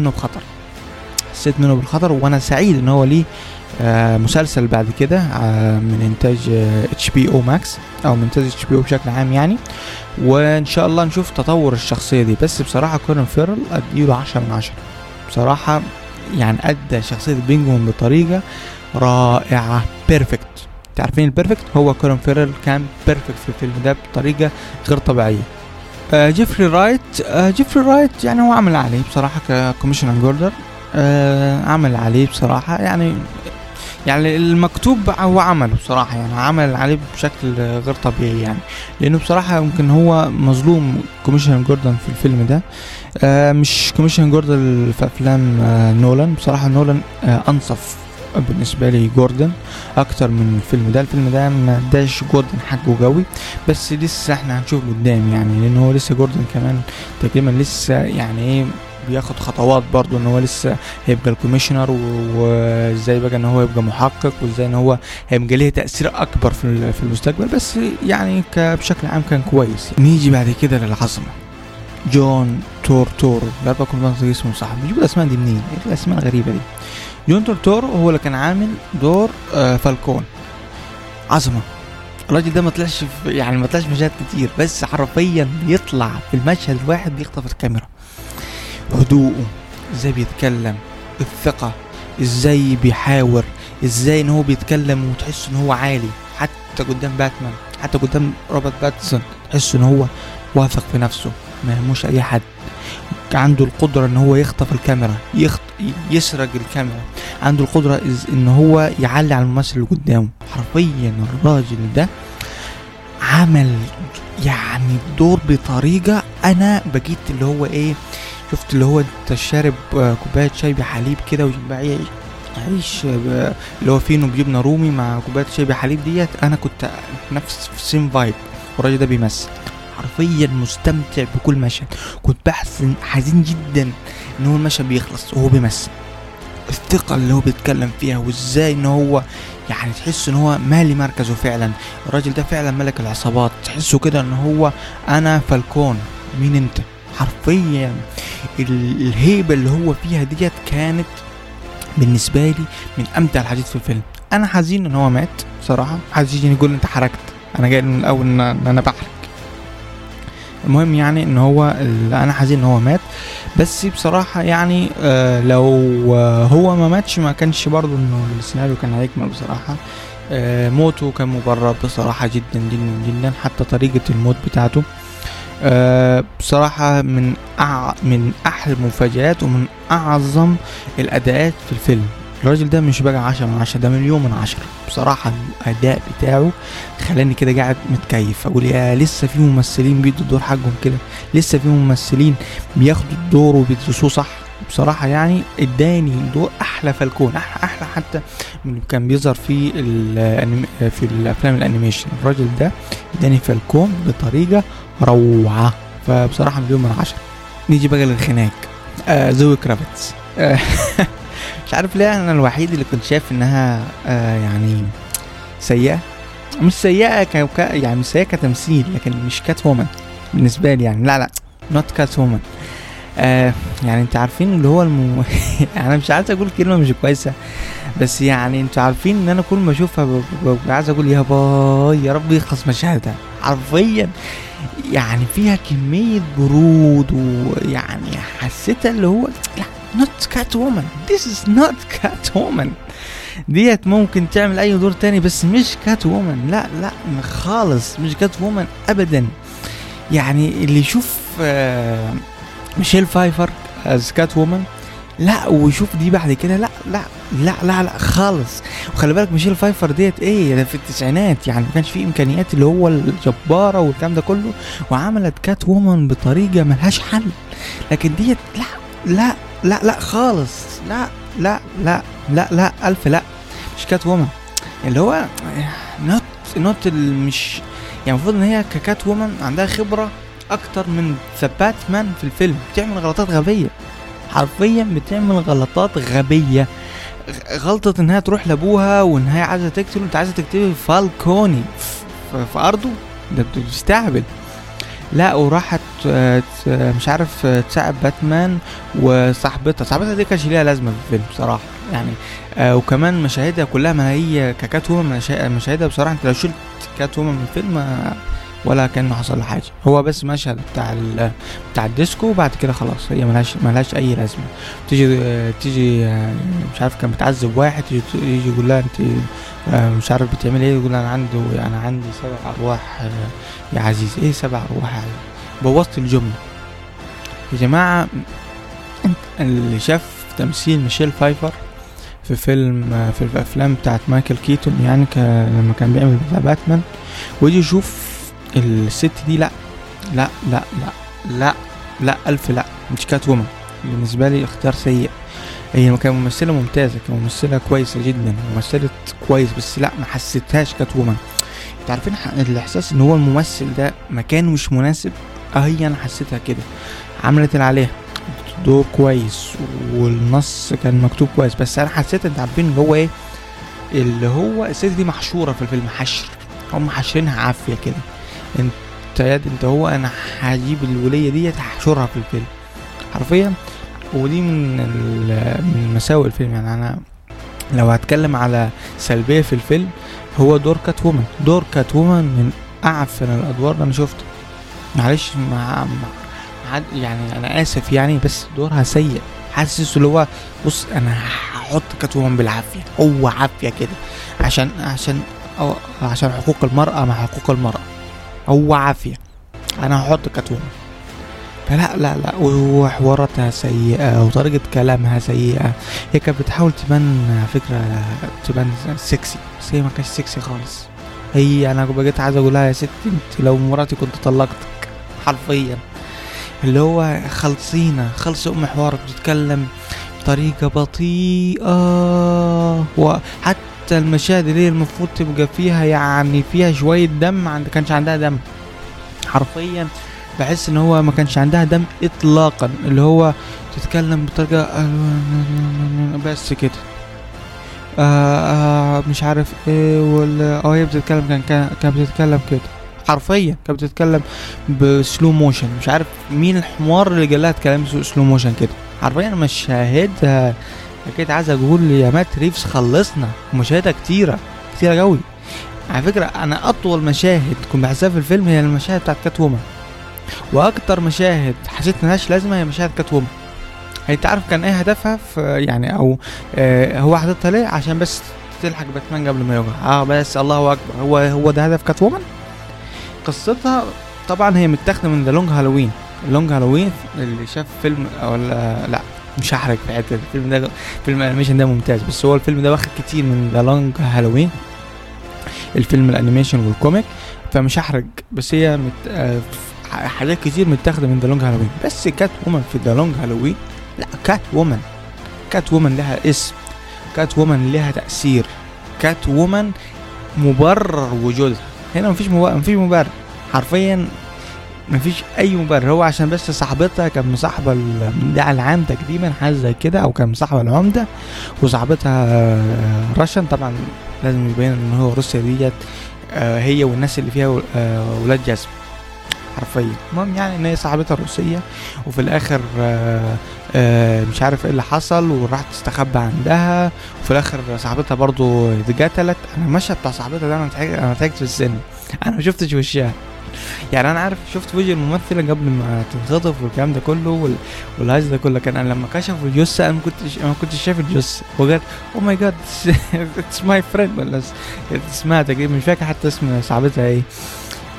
منه بالخطر. وانا سعيد ان هو ليه مسلسل بعد كده من انتاج HBO Max او من انتاج HBO بشكل عام يعني، وان شاء الله نشوف تطور الشخصية دي. بس بصراحة كولين فيرل اديله 10/10 بصراحة. يعني ادى شخصية بينجوين بطريقة رائعة، بيرفكت. تعرفين البيرفكت؟ هو كولين فيرل كان بيرفكت في الفيلم ده بطريقة غير طبيعية. جيفري رايت يعني هو عمل عليه بصراحة ككوميشنر جوردر. عمل عليه بصراحة، يعني المكتوب هو عمله بصراحة، يعني عمل عليه بشكل غير طبيعي يعني. لأنه بصراحة يمكن هو مظلوم كوميشنر جوردن في الفيلم ده. مش كوميشنر جوردن في أفلام نولان. بصراحة نولان أنصف بالنسبة لي جوردن أكتر من الفيلم ده ما داش جوردن حقه قوي، بس لسه احنا هنشوف قدام يعني، لأنه هو لسه جوردن كمان تقريبا لسه يعني ايه بياخد خطوات برضو، ان هو لسه هيبقى الكوميشنر، وازاي بقى ان هو يبقى محقق، وازاي ان هو هيبقى ليه تأثير اكبر في المستقبل. بس يعني بشكل عام كان كويس. نيجي بعد كده للعظمة جون تورتورو. لا بكون بنطق اسمه صح، بيجيبوا الاسماء دي منين؟ الاسماء الغريبة دي. جون تورتورو هو اللي كان عامل دور فالكون. عظمة. الراجل ده ما طلعش مشاهد كتير، بس حرفيا بيطلع في المشهد الواحد بيخطف الكاميرا. هدوءه، ازاي بيتكلم، الثقة، ازاي بيحاور، ازاي ان هو بيتكلم وتحس ان هو عالي حتى قدام باتمان، حتى قدام روبرت باتسون تحس ان هو واثق في نفسه ما يهموش اي حد. عنده القدرة ان هو يخطف الكاميرا، يسرق الكاميرا، عنده القدرة ان هو يعلي على الممثل اللي قدامه. حرفيا الراجل ده عمل يعني دور بطريقة انا بقيت اللي هو ايه، شفت اللي هو انت شارب كوباية شاي بحليب كده وبقى عيش اللي هو فينو بجبنة رومي مع كوباية شاي بحليب ديت. انا كنت نفس سيم فايب، والراجل ده بيمثل حرفيا مستمتع بكل مشهد. كنت حزين جدا ان هو المشهد بيخلص وهو بيمثل. الثقة اللي هو بيتكلم فيها، وازاي ان هو يعني تحس ان هو مالي مركزه فعلا. الراجل ده فعلا ملك العصابات، تحسه كده ان هو انا فالكون، مين انت؟ حرفيا الهيبة اللي هو فيها ديت كانت بالنسبة لي من امتع الحاجات في الفيلم. انا حزين ان هو مات صراحة، حزين يقول انت حركت، انا جاي من الاول ان انا بحرك. المهم يعني ان هو انا حزين ان هو مات، بس بصراحة يعني لو هو ما ماتش ما كانش برضو انه السيناريو كان هيكمل بصراحة. موته كان مبرر بصراحة جدا جدا جدا، حتى طريقة الموت بتاعته بصراحة من أحلى المفاجآت ومن أعظم الأداءات في الفيلم. الراجل ده مش بقى 10/10، ده 1,000,000/10 بصراحة. الأداء بتاعه خلاني كده قاعد متكيف، أقول يا لسه في ممثلين بيدوا الدور حقهم كده، لسه في ممثلين بياخدوا الدور وبيدرسوه صح. بصراحة يعني اداني دور أحلى فالكون، أحلى حتى من كان بيظهر في الأفلام الأنيميشن. الراجل ده اداني فالكون بطريقة روعة، فبصراحة 1,000,000/10. نيجي بقى للخناق زوي كرافيتس. مش عارف ليه انا الوحيد اللي كنت شايف انها يعني سيئة، مش سيئة يعني مش سيئة كتمثيل، لكن مش كات وومن بالنسبة لي يعني. لا نوت كات وومن. يعني انت عارفين اللي هو انا مش عايز اقول كلمة مش كويسة، بس يعني انتوا عارفين ان انا كل ما اشوفها ببقى عايز اقول يا باي يا رب يخلص مشاهدها. حرفيا يعني فيها كمية برود، ويعني حسيتها اللي هو لا not Catwoman, this is not Catwoman. ديت ممكن تعمل اي دور تاني بس مش Catwoman. لا خالص مش Catwoman ابدا. يعني اللي يشوف ميشيل فايفر از كات وومن. لا وشوف دي بعد كده لا لا لا لا لا خالص. وخلي بالك ميشيل فايفر ديت ايه ده في التسعينات، يعني ما كانش فيه امكانيات اللي هو الجباره والكلام ده كله، وعملت كات وومن بطريقه ملهاش حل. لكن ديت لا لا لا لا خالص، لا لا لا لا لا الف لا، مش كات وومن اللي هو نوت مش يعني المفروض ان هي ككات وومن عندها خبره اكتر من ذا باتمان في الفيلم، بتعمل غلطات غبيه، حرفيا بتعمل غلطات غبيه. غلطه انها تروح لابوها وانها عايزه تقتله، انت عايزه تكتبي فالكوني في ارضه، ده بتستهبل. لا وراحت مش عارف تساعد باتمان وصاحبتها دي كانش ليها لازمه في الفيلم بصراحه يعني. وكمان مشاهدها كلها ما هي ككات وومن، مشاهدها بصراحه انت لو شلت كات وومن من الفيلم ولا كان حصل له حاجه، هو بس مشهد بتاع الديسكو وبعد كده خلاص هي ملهاش اي لازمه. تيجي مش عارف كان بتعذب واحد، يجي يقول لها انت مش عارف بتعمل ايه، يقول انا عندي 7 ارواح يا عزيز. ايه 7 ارواح يا عزيز؟ بوظت الجمله يا جماعه. اللي شاف تمثيل ميشيل فايفر في فيلم في الافلام بتاعت مايكل كيتون يعني لما كان بيعمل بتاع باتمان، ويجي يشوف الست دي لا لا لا لا لا لا الف لا، مش كات وومن بالنسبه لي، اختيار سيء. هي كانت ممثله ممتازه، كانت ممثله كويسه جدا، ومثلت كويس، بس لا ما حسيتهاش كات وومن. انت عارفين الاحساس ان هو الممثل ده مكانه مش مناسب، هي انا حسيتها كده. عملت اللي عليها، دور كويس والنص كان مكتوب كويس، بس انا حسيت انت عارفين اللي هو ايه، اللي هو الست دي محشوره في الفيلم، هم حاشرينها عافيه كده. انت هو انا هجيب الوليه دي هحشرها في الفيلم حرفيا. ودي من مساوئ الفيلم يعني. انا لو هتكلم على سلبيه في الفيلم، هو دور كات وومن من اعفن الادوار اللي انا شفته. معلش يعني انا اسف يعني، بس دورها سيء. حاسس اللي هو بص انا هحط كات وومن بالعافيه، هو عافيه كده عشان حقوق المرأة مع حقوق المرأة، هو عافية انا هحط كات وومن. فلا لا لا، وحواراتها سيئة وطريقة كلامها سيئة. هي كانت بتحاول تبان فكرة تبان سكسي، بس هي ما كانش سكسي خالص. انا بقيت عايز اقول لها يا ستي انت لو مراتي كنت طلقتك حرفيا. اللي هو خلص حوارك، بتتكلم بطريقة بطيئة، وحتى المشاهد اللي المفروض تبقى فيها يعني فيها شوية دم كانش عندها دم حرفيا. بحس ان هو ما كانش عندها دم اطلاقا، اللي هو تتكلم بطريقة بس كده مش عارف ايه، ولا هي بتتكلم كانت بتتكلم كده حرفيا، كانت بتتكلم بسلو موشن. مش عارف مين الحمار اللي قال لها تكلم سلو موشن كده حرفيا. مشاهدها كنت عايز اقول يا مات ريفز خلصنا، مشاهدها كتيرة قوي على فكرة. انا اطول مشاهد كنت بحسها في الفيلم هي المشاهد بتاعت كات وومن، واكتر مشاهد حسيت ملهاش لازمة هي مشاهد كات وومن. هي تعرف كان ايه هدفها في يعني، او هو حاططها ليه عشان بس تلحق باتمان قبل ما يوقع بس الله اكبر. هو ده هدف كات وومن. قصتها طبعا هي متاخده من ذا لونج هالوين اللي شاف فيلم لا مش هحرق في حته الفيلم ده، فيلم الانيميشن ده ممتاز، بس هو الفيلم ده واخد كتير من ذا لونج هالوين، الفيلم الانيميشن والكوميك، فمش هحرق. بس هي حاجات كتير متاخده من ذا لونج هالوين. بس كات وومن في ذا لونج هالوين لا، كات وومن لها اسم، كات وومن لها تأثير، كات وومن مبرر وجودها. هنا مفيش مبرر حرفيا، مفيش اي مبرر. هو عشان بس صاحبتها كان مصاحبه المدعي العام تقريبا حاجه زي كده، او كان مصاحبه العمده، وصاحبتها راشن. طبعا لازم يبين ان هو روسيا ديت هي والناس اللي فيها ولاد جذب حرفيا. المهم يعني ان هي صاحبتها روسيه، وفي الاخر مش عارف ايه اللي حصل، وراحت تستخبى عندها، وفي الاخر صاحبتها برضو اتقتلت. انا المشهد بتاع صاحبتها ده انا ضحكت في السن، انا ما شفتش وشها يعني. انا عارف شفت وجه الممثله قبل ما تنخطف والكلام ده كله والهاز ده كله. كان انا لما كشفوا الجثه انا ما كنتش شايف الجثه، وقالت او ماي جاد اتس ماي فريند، ولا اسمها تقريبا مش فاكر حتى اسم صاحبتها ايه.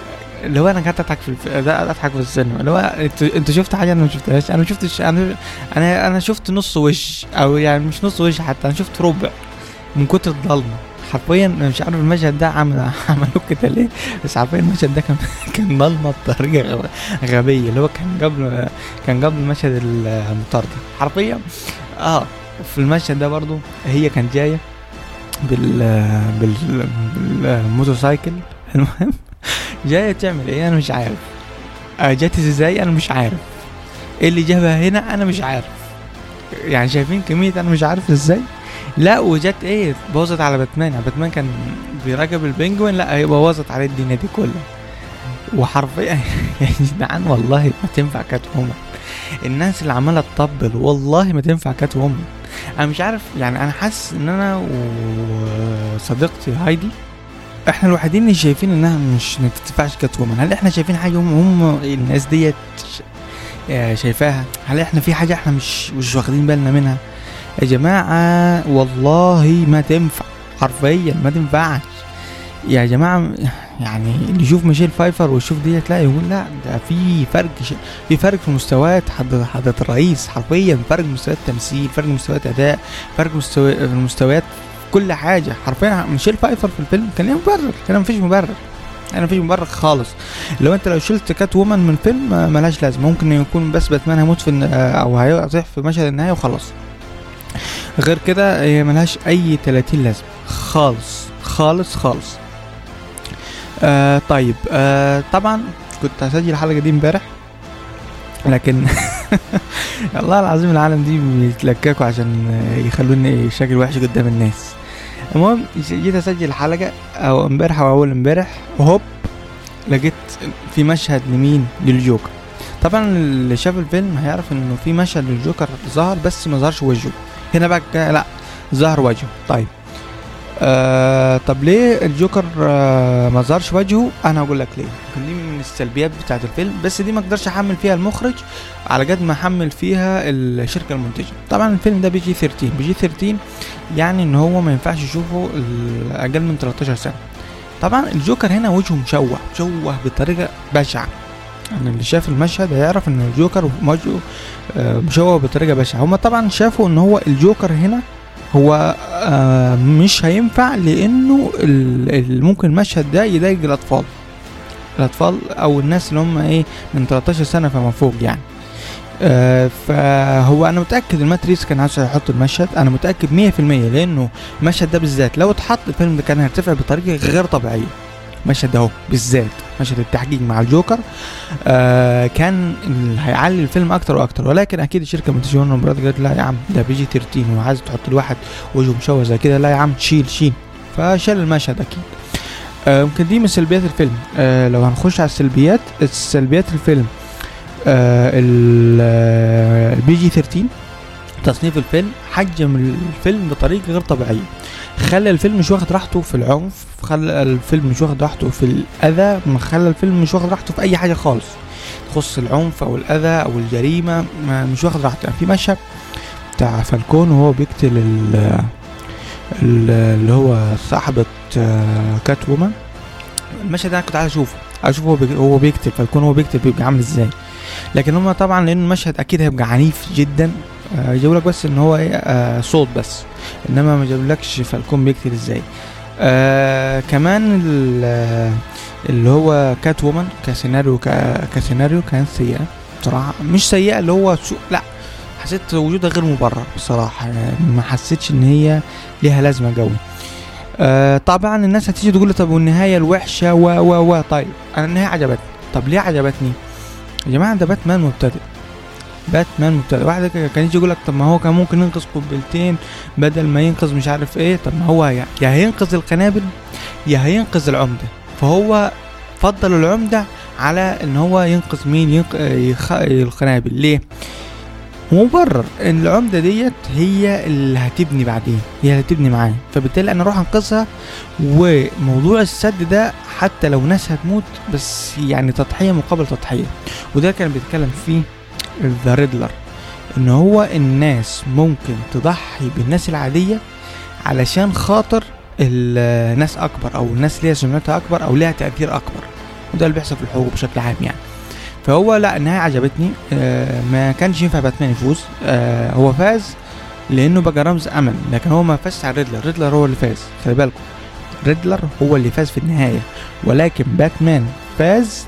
اللي هو انا قعدت اضحك ده اضحك في السينما، اللي هو انت شفت حاجه انا ما شفتهاش. انا ما شفتش، انا شفت نص وش، او يعني مش نص وش حتى، انا شفت ربع من كتر الضلمه حرفيا. انا مش عارف المشهد ده عملوه كده ليه، بس حرفيا المشهد ده كان ضلمه بطريقه غبيه، اللي هو كان قبل مشهد المطارده حرفيا. في المشهد ده برضو هي كانت جايه بالموتوسايكل. المهم جايه تعمل ايه انا مش عارف، جات ازاي انا مش عارف، ايه اللي جابها هنا انا مش عارف، يعني شايفين كميه انا مش عارف ازاي. لا وجات ايه بوظت على باتمان، يعني باتمان كان بيراقب البنجوين، لا هي بوظت على الدنيا دي كلها. وحرفيا يا جدعان والله ما تنفع كات وومن، الناس اللي عماله تطبل والله ما تنفع كات وومن. انا مش عارف، يعني انا حاسس ان انا وصديقتي هايدي احنا الوحيدين اللي شايفين انها مش تنفعش كات وومن. هل احنا شايفين حاجه هم الناس ديت شايفاها؟ هل احنا في حاجه احنا مش واخدين بالنا منها؟ يا جماعه والله ما تنفع، حرفيا ما تنفعش يا جماعه. يعني اللي يشوف ميشيل فايفر ويشوف ديت لا يقول لا ده في فرق في المستويات. حضرة الرئيس حرفيا فرق مستويات تمثيل، فرق مستويات اداء، فرق المستويات كل حاجه. حرفيا ميشيل فايفر في الفيلم كان ليه مبرر، كان مفيش مبرر لو لو شلت كات وومن من فيلم ملهاش لازمه. ممكن يكون بس باتمان هيموت في او هيطيح في مشهد النهايه وخلاص، غير كده هي ملهاش اي 30 لازمه خالص. طيب طبعا كنت هسجل الحلقه دي امبارح، لكن والله العظيم العالم دي بيتلككوا عشان يخلوني شكل وحش قدام الناس. المهم جيت اسجل الحلقه او امبارح او اول امبارح، وهوب لقيت في مشهد للجوكر. طبعا اللي شاف الفيلم هيعرف انه في مشهد للجوكر ظهر بس ما ظهرش وجهه. هنا بقى لا ظهر وجهه. طيب طب ليه الجوكر ما ظهرش وجهه؟ انا هقول لك ليه. دي من السلبيات بتاعه الفيلم، بس دي ما اقدرش احمل فيها المخرج على قد ما احمل فيها الشركه المنتجه. طبعا الفيلم ده بي جي 13 يعني ان هو ما ينفعش يشوفه اقل من 13 سنه. طبعا الجوكر هنا وجهه مشوه بطريقه بشعه، يعني اللي شاف المشهد هيعرف ان الجوكر وجهه مشوه بطريقه بشعه. هما طبعا شافوا ان هو الجوكر هنا هو مش هينفع، لانه ممكن المشهد ده يضايق الاطفال او الناس اللي هم ايه من 13 سنه فما فوق يعني. فهو انا متاكد المات ريفز كان عايز يحط المشهد، انا متاكد 100%، لانه المشهد ده بالذات لو اتحط الفيلم ده كان هيرتفع بطريقه غير طبيعيه. المشهد ده بالذات مشهد التحقيق مع الجوكر كان هيعلي الفيلم اكتر واكتر. ولكن اكيد الشركه المنتجه ورنر قالت لا يا عم ده بي جي 13 وعايز تحط الواحد وجهه مشوه زي كده، لا يا عم شيل. فشال المشهد اكيد. ممكن دي من سلبيات الفيلم. لو هنخش على السلبيات الفيلم، البي جي 13 تصنيف الفيلم حجم الفيلم بطريقه غير طبيعيه، خلى الفيلم مش واخد راحته في العنف، خلى الفيلم مش واخد راحته في الاذى، خلى الفيلم مش واخد راحته في اي حاجه خالص تخص العنف او الاذى او الجريمه، مش واخد راحته. يعني في مشهد بتاع فالكون وهو بيقتل اللي هو صاحبه كات وومن. المشهد ده انا كنت عايز اشوفه هو بيقتل فالكون، هو بيقتل بيبقى عامل ازاي. لكن هم طبعا لان المشهد اكيد هيبقى عنيف جدا، جابولك بس ان هو صوت بس، انما ما جابولكش فالكون بيقتل ازاي. كمان اللي هو كات وومن كسيناريو كانت سيئة بصراحة، مش سيئة اللي هو لا، حسيت وجودها غير مبرر بصراحة، ما حسيتش ان هي ليها لازمة قوي. طبعا الناس هتيجي تقول طب والنهاية الوحشة طيب انا النهاية عجبتني. طب ليه عجبتني يا جماعة؟ ده باتمان مبتدئ. واحد كان يجي يقولك طب ما هو كان ممكن ينقذ قنبلتين بدل ما ينقذ مش عارف ايه. طب ما هو يا هينقذ القنابل يا هينقذ العمدة، فهو فضل العمدة على ان هو ينقذ مين؟ القنابل. ليه؟ مبرر ان العمدة ديت هي اللي هتبني بعدين، هي اللي هتبني معاه، فبالتالي انا اروح انقذها. وموضوع السد ده حتى لو ناس هتموت بس يعني تضحية مقابل تضحية، وده كان بيتكلم فيه ذا ريدلر، ان هو الناس ممكن تضحي بالناس العادية علشان خاطر الناس اكبر، او الناس ليها سمعتها اكبر او ليها تأثير اكبر. وده اللي بيحصل في الحقوق بشكل عام يعني. فهو لا، النهاية عجبتني. ما كانش ينفع باتمان يفوز. هو فاز لانه بقى رمز امل، لكن هو ما فازش على ريدلر هو اللي فاز، خلي بالكم. ريدلر هو اللي فاز في النهاية، ولكن باتمان فاز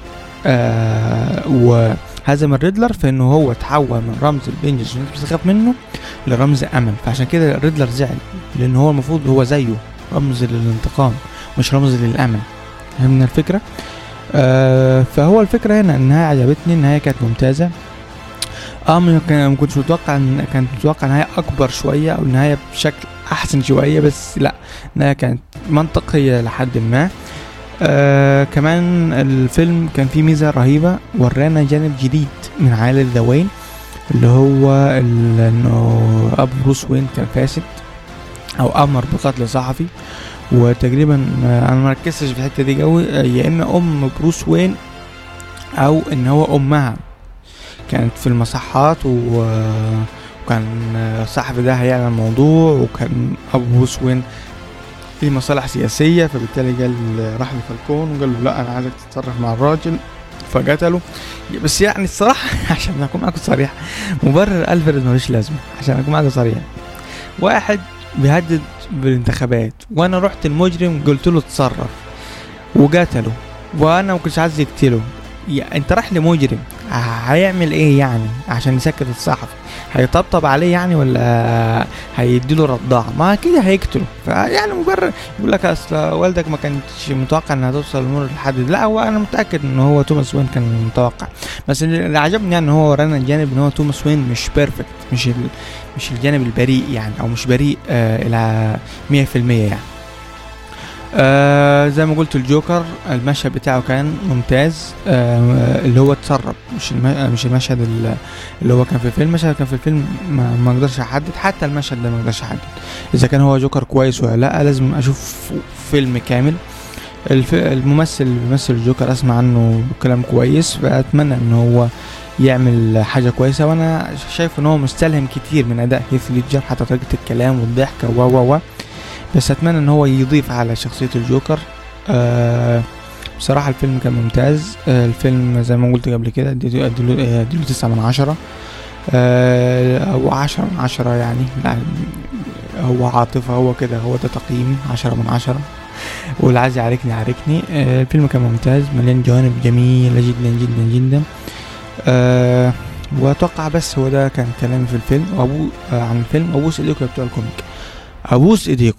وهزم الريدلر في انه هو تحول من رمز البنجز اللي انت بتخاف منه لرمز امل. فعشان كده الريدلر زعل، لان هو المفروض هو زيه رمز للانتقام مش رمز للامل. فهمنا الفكرة؟ فهو الفكرة هنا النهاية عجبتني، النهاية كانت ممتازة. ما كنتش متوقع كانت متوقع نهاية اكبر شوية او نهاية بشكل احسن شوية، بس لا، النهاية كانت منطقية لحد ما. كمان الفيلم كان فيه ميزة رهيبة، ورانا جانب جديد من عائلة ذا وين، اللي هو انه ابو بروس وين كان فاسد او امر بقتل صحفي. وتقريبا انا مركزتش في الحتة دي قوي، يا اما ام بروس وين او ان هو امها كانت في المصحات وكان الصحفي ده هيعلن الموضوع، وكان ابو بروس وين في مصالح سياسية، فبالتالي قال راح لفالكون وقال له لا انا عايزك تتصرف مع الراجل، فقتله. بس يعني الصراحة عشان اكون معاكم صريح، مبرر الفريد ملوش لازمة. عشان اكون معاكم صريح، واحد بيهدد بالانتخابات وانا رحت المجرم قلت له اتصرف وقتله، وانا ما كنتش عايز يقتله. انت راح لمجرم هيعمل ايه يعني عشان يسكت الصحفي؟ هيطبطب عليه يعني ولا هيديله رضاعه؟ ما كده هيقتله. فيعني مجرد يقول لك اصل والدك ما كانش متوقع انها توصل الامور لحد. لا، هو انا متاكد ان هو توماس وين كان متوقع، بس اللي عجبني يعني ان هو ورانا الجانب ان هو توماس وين مش بيرفكت، مش الجانب البريء يعني، او مش بريء الى 100% يعني. زي ما قلت الجوكر المشهد بتاعه كان ممتاز. اللي هو اتسرب، مش المشهد اللي هو كان في الفيلم. المشهد كان في الفيلم ما اقدرش احدد، حتى المشهد ده ما اقدرش احدد اذا كان هو جوكر كويس ولا لا. لازم اشوف فيلم كامل. الممثل اللي بيمثل الجوكر اسمع عنه كلام كويس، فاتمنى ان هو يعمل حاجه كويسه، وانا شايف ان هو مستلهم كتير من اداء هيث ليدجر، حتى طريقه الكلام والضحكه و بس اتمنى ان هو يضيف على شخصية الجوكر. بصراحة الفيلم كان ممتاز. الفيلم زي ما قلت قبل كده اديله 9/10 او 10/10 يعني. لا، هو عاطفة، هو كده، هو ده تقييمي 10/10. والعايز يعاركني. الفيلم كان ممتاز، مليان جوانب جميلة جدا جدا جدا. واتوقع بس هو ده كان كلامي في الفيلم عن الفيلم. ابوس ايديكم بتوع الكوميك، ابوس ايديكم،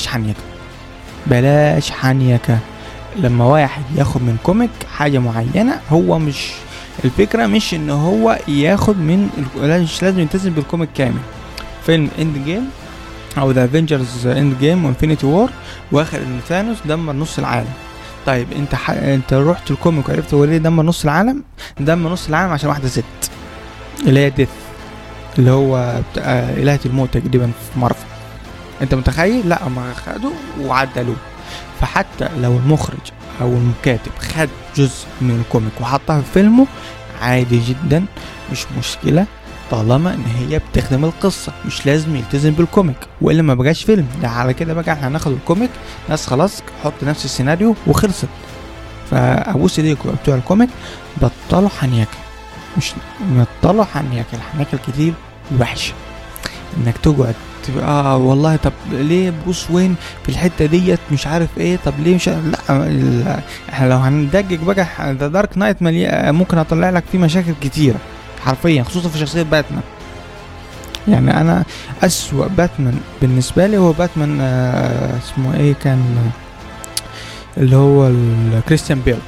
بلاش حنيكة. لما واحد ياخد من كوميك حاجة معينة، هو مش الفكرة مش ان هو ياخد مش لازم يلتزم بالكوميك كامل. فيلم اند جيم او ذا افنجرز اند جيم وانفينيتي وور، واخد ان ثانوس دمر نص العالم. طيب انت رحت الكوميك وعرفت هو ليه دمر نص العالم؟ دمر نص العالم عشان واحدة ست اللي هي ديث، اللي هو إلهة الموت تقريبا في مارفل. انت متخيل؟ لا، ما خدوا وعدلوا. فحتى لو المخرج او الكاتب خد جزء من الكوميك وحطها في فيلمه، عادي جدا، مش مشكلة، طالما ان هي بتخدم القصة. مش لازم يلتزم بالكوميك، والا ما بقاش فيلم. ده على كده بقى احنا هناخد الكوميك ناس خلاص حط نفس السيناريو وخلصت. فابوس ايديكم بتوع الكوميك، بطلوا حنيكة. مش بطلوا حنيكة. الحنيكة الكتير وحشة، انك تقعد والله طب ليه بروس وين في الحته ديت مش عارف ايه، طب ليه مش لا احنا لو هندقق بقى ذا دارك نايت ممكن اطلع لك فيه مشاكل كتيره حرفيا، خصوصا في شخصيه باتمان. يعني انا اسوأ باتمان بالنسبه لي هو باتمان اسمه ايه كان، اللي هو كريستيان بيل.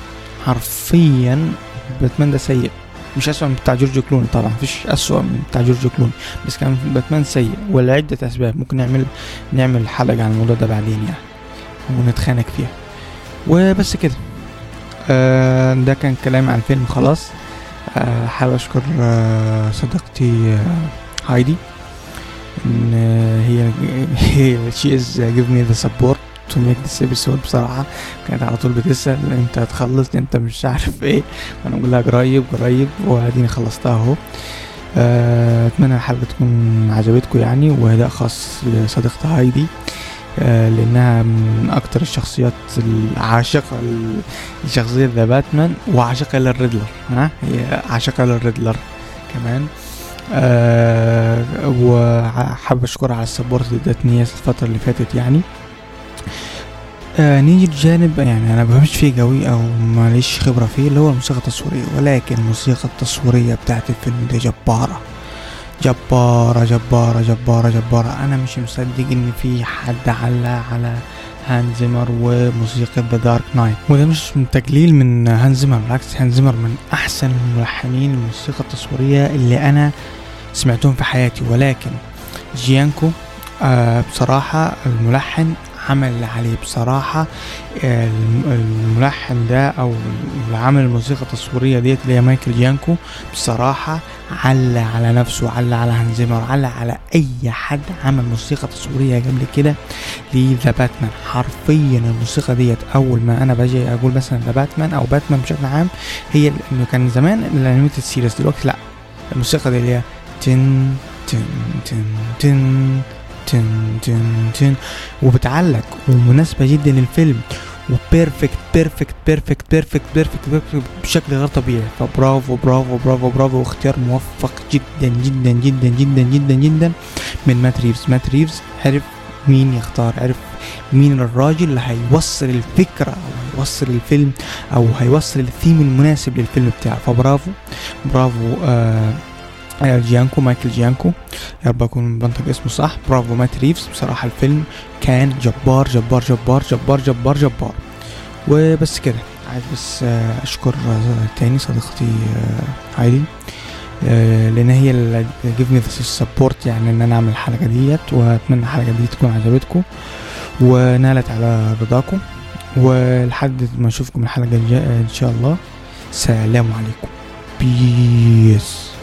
حرفيا باتمان ده سيء، مش أسوأ من بتاع جورج كلوني طبعا، مفيش أسوأ من بتاع جورج كلوني، بس كان باتمان سيء ولعدة أسباب. ممكن نعمل حلقة عن الموضوع ده بعدين يعني ونتخانق فيها. وبس كده. ده كان كلام عن الفيلم خلاص. حابب أشكر صديقتي هايدي، إن هي she is give me the support to make this episode. بصراحة كانت على طول بتسأل انت هتخلص، انت مش عارف ايه، وانا اقول لها قريب واديني خلصتها اهو. اتمنى الحلقة تكون عجبتكم يعني، وهداء خاص لصديقتي هايدي. لانها من اكتر الشخصيات العاشقة لشخصية ذا باتمان، وعاشقة للريدلر. هي عاشقة للريدلر كمان. وحابب اشكرها على السبورت اللي ادتني الفترة اللي فاتت يعني. نيجي لجانب يعني انا بفهمش فيه قوي او ماليش خبرة فيه، اللي هو الموسيقى التصويرية، ولكن الموسيقى التصويرية بتاعت الفيلم دي جبارة جبارة جبارة جبارة جبارة. انا مش مصدق ان في حد على هانز زيمر وموسيقى ذا دارك نايت، وده مش من تقليل من هانز زيمر، بالعكس هانز زيمر من احسن الملحنين الموسيقى التصويرية اللي انا سمعتهم في حياتي. ولكن جيانكو بصراحة الملحن عمل اللي عليه بصراحة. الملحن ده او اللي عمل الموسيقى التصويرية ديت اللي هي مايكل جيانكو بصراحة على نفسه، على هانز زيمر، على اي حد عمل موسيقى تصويرية قبل كده لذا باتمان. حرفيا الموسيقى ديت اول ما انا باجي اقول مثلا ذا باتمان او باتمان بشكل عام، هي انه كان زمان الانيميتد سيريز، دلوقتي لا، الموسيقى دي اللي هي تن تن تن تن تن تن تن وبتعلق ومناسبة جدا للفيلم، وبيرفكت بيرفكت بيرفكت بيرفكت بيرفكت بيرفكت بشكل غير طبيعي. فبرافو برافو برافو برافو، واختيار موفق جدا جدا جدا جدا جدا جدا من مات ريفز. عرف مين يختار، عرف مين الراجل اللي هيوصل الفكرة او هيوصل الفيلم او هيوصل الثيم المناسب للفيلم بتاعه. فبرافو برافو جيانكو، مايكل جيانكو، يا رب اكون بنطق اسمه صح. برافو مات ريفز، بصراحة الفيلم كان جبار جبار جبار جبار جبار جبار. وبس كده، عايز بس اشكر تاني صديقتي هايدي، لان هي اللي give me the support يعني ان انا اعمل الحلقة ديت، واتمنى الحلقة دي تكون عجبتكم ونالت على رضاكم. ولحد ما اشوفكم الحلقة الجاية ان شاء الله، سلام عليكم، بيس.